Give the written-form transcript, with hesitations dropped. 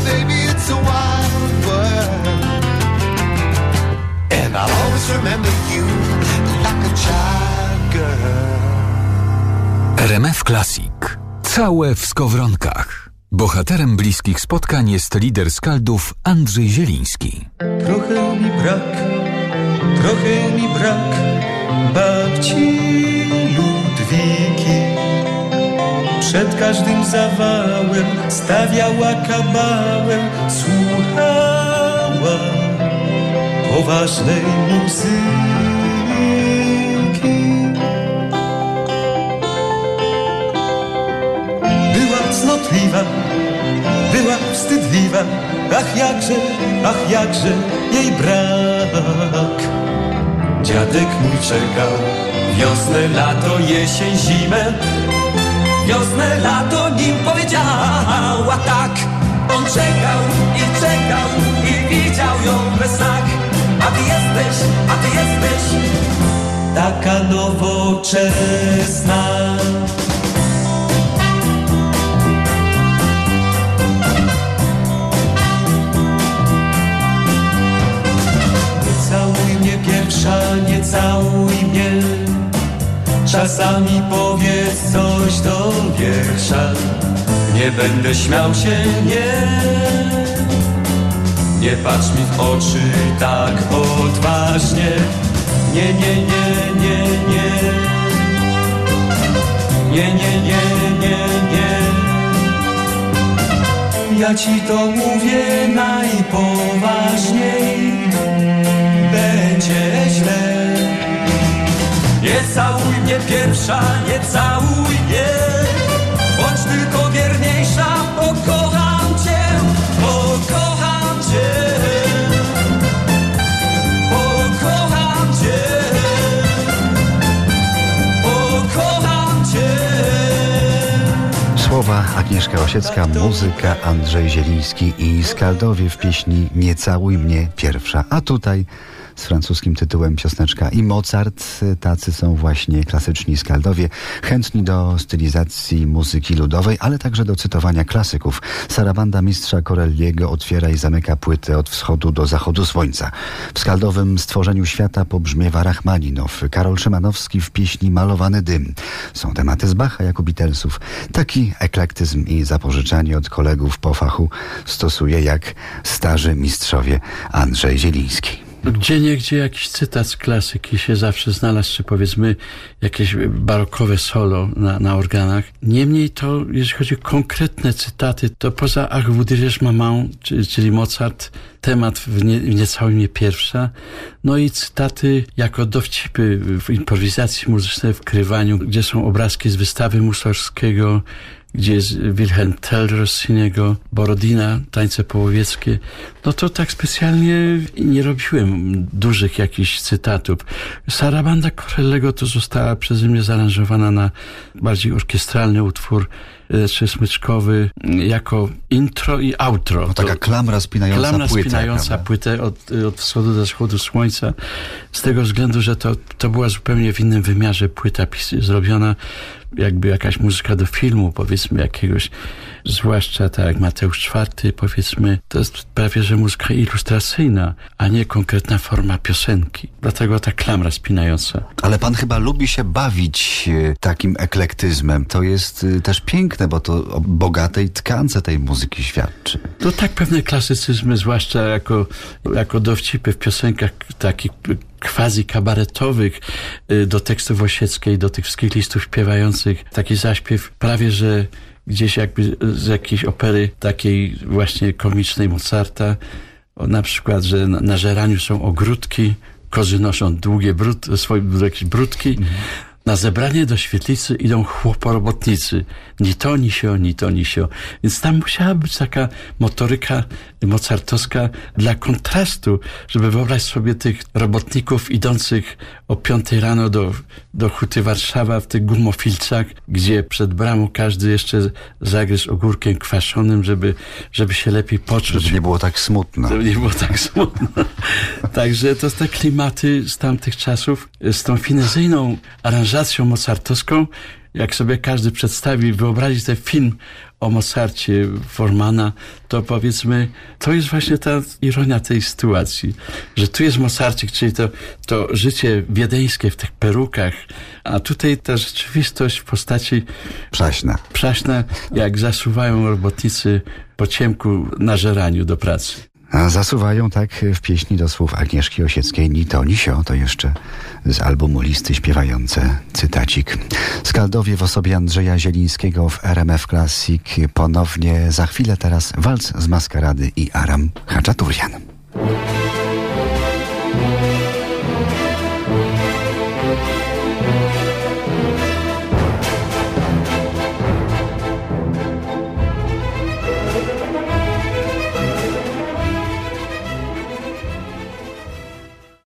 baby, it's a wild world. And I'll always remember you like a child girl. RMF Classic. Całe w skowronkach. Bohaterem bliskich spotkań jest lider Skaldów Andrzej Zieliński. Trochę mi brak babci Ludwiki. Przed każdym zawałem stawiała kabałem, słuchała poważnej muzyki. Była cnotliwa, była wstydliwa, ach jakże jej brak. Dziadek mój czekał wiosnę, lato, jesień, zimę. Wiosnę, lato nim powiedziała tak. On czekał i widział ją we snach. A ty jesteś taka nowoczesna. Nie całuj mnie pierwsza, nie całuj mnie. Czasami powiedz coś do wiersza. Nie będę śmiał się, nie patrz mi w oczy tak odważnie. Nie ja ci to mówię najpoważniej. Będzie źle. Nie całuj mnie pierwsza, nie całuj mnie. Bądź tylko wierniejsza, pokocham cię, pokocham cię. Pokocham cię, pokocham cię. Słowa Agnieszka Osiecka, muzyka Andrzej Zieliński i Skaldowie w pieśni Nie całuj mnie pierwsza. A tutaj z francuskim tytułem piosneczka i Mozart. Tacy są właśnie klasyczni Skaldowie, chętni do stylizacji muzyki ludowej, ale także do cytowania klasyków. Sarabanda mistrza Corelliego otwiera i zamyka płytę od wschodu do zachodu słońca. W skaldowym stworzeniu świata pobrzmiewa Rachmaninow, Karol Szymanowski w pieśni Malowany dym. Są tematy z Bacha jak u Beatlesów. Taki eklektyzm i zapożyczanie od kolegów po fachu stosuje jak starzy mistrzowie Andrzej Zieliński. Gdzieniegdzie jakiś cytat z klasyki się zawsze znalazł, czy powiedzmy jakieś barokowe solo na organach. Niemniej to, jeżeli chodzi o konkretne cytaty, to poza Ach, vous direz maman, czyli Mozart, temat w Nie całuj mnie pierwsza, no i cytaty jako dowcipy w improwizacji muzycznej, w krywaniu, gdzie są obrazki z wystawy Mussorgskiego, gdzie jest Wilhelm Tell Rossiniego, Borodina, Tańce połowieckie. No to tak specjalnie nie robiłem dużych jakichś cytatów. Sarabanda Corellego to została przeze mnie zaaranżowana na bardziej orkiestralny utwór, czy smyczkowy, jako intro i outro. No taka klamra spinająca płytę od wschodu do zachodu słońca. Z tego względu, że to była zupełnie w innym wymiarze płyta zrobiona, jakby jakaś muzyka do filmu, powiedzmy jakiegoś, zwłaszcza tak jak Mateusz IV, powiedzmy, to jest prawie że muzyka ilustracyjna, a nie konkretna forma piosenki. Dlatego ta klamra spinająca. Ale pan chyba lubi się bawić takim eklektyzmem. To jest też piękne, bo to o bogatej tkance tej muzyki świadczy. To tak, pewne klasycyzmy, zwłaszcza jako dowcipy w piosenkach takich quasi kabaretowych, do tekstów Osieckiej, do tych wszystkich listów śpiewających, taki zaśpiew prawie że gdzieś jakby z jakiejś opery takiej właśnie komicznej Mozarta. Na przykład, że na żeraniu są ogródki, kozy noszą długie jakieś brudki. Na zebranie do świetlicy idą chłoporobotnicy. Ni to, ni sio. Więc tam musiała być taka motoryka mozartowska dla kontrastu, żeby wyobrazić sobie tych robotników idących o 5 rano do Huty Warszawa w tych gumofilcach, gdzie przed bramą każdy jeszcze zagryzł ogórkiem kwaszonym, żeby się lepiej poczuć. Żeby nie było tak smutno. Także to te klimaty z tamtych czasów, z tą finezyjną aranżacją mozartowską, jak sobie każdy przedstawi, wyobrazi ten film o Mozarcie Formana, to powiedzmy, to jest właśnie ta ironia tej sytuacji, że tu jest Mozarcik, czyli to życie wiedeńskie w tych perukach, a tutaj ta rzeczywistość w postaci przaśna, jak zasuwają robotnicy po ciemku na żeraniu do pracy. A zasuwają tak w pieśni do słów Agnieszki Osieckiej ni to, ni sio, to jeszcze z albumu Listy śpiewające cytacik. Skaldowie w osobie Andrzeja Zielińskiego w RMF Classic ponownie za chwilę, teraz walc z Maskarady i Aram Hachaturian.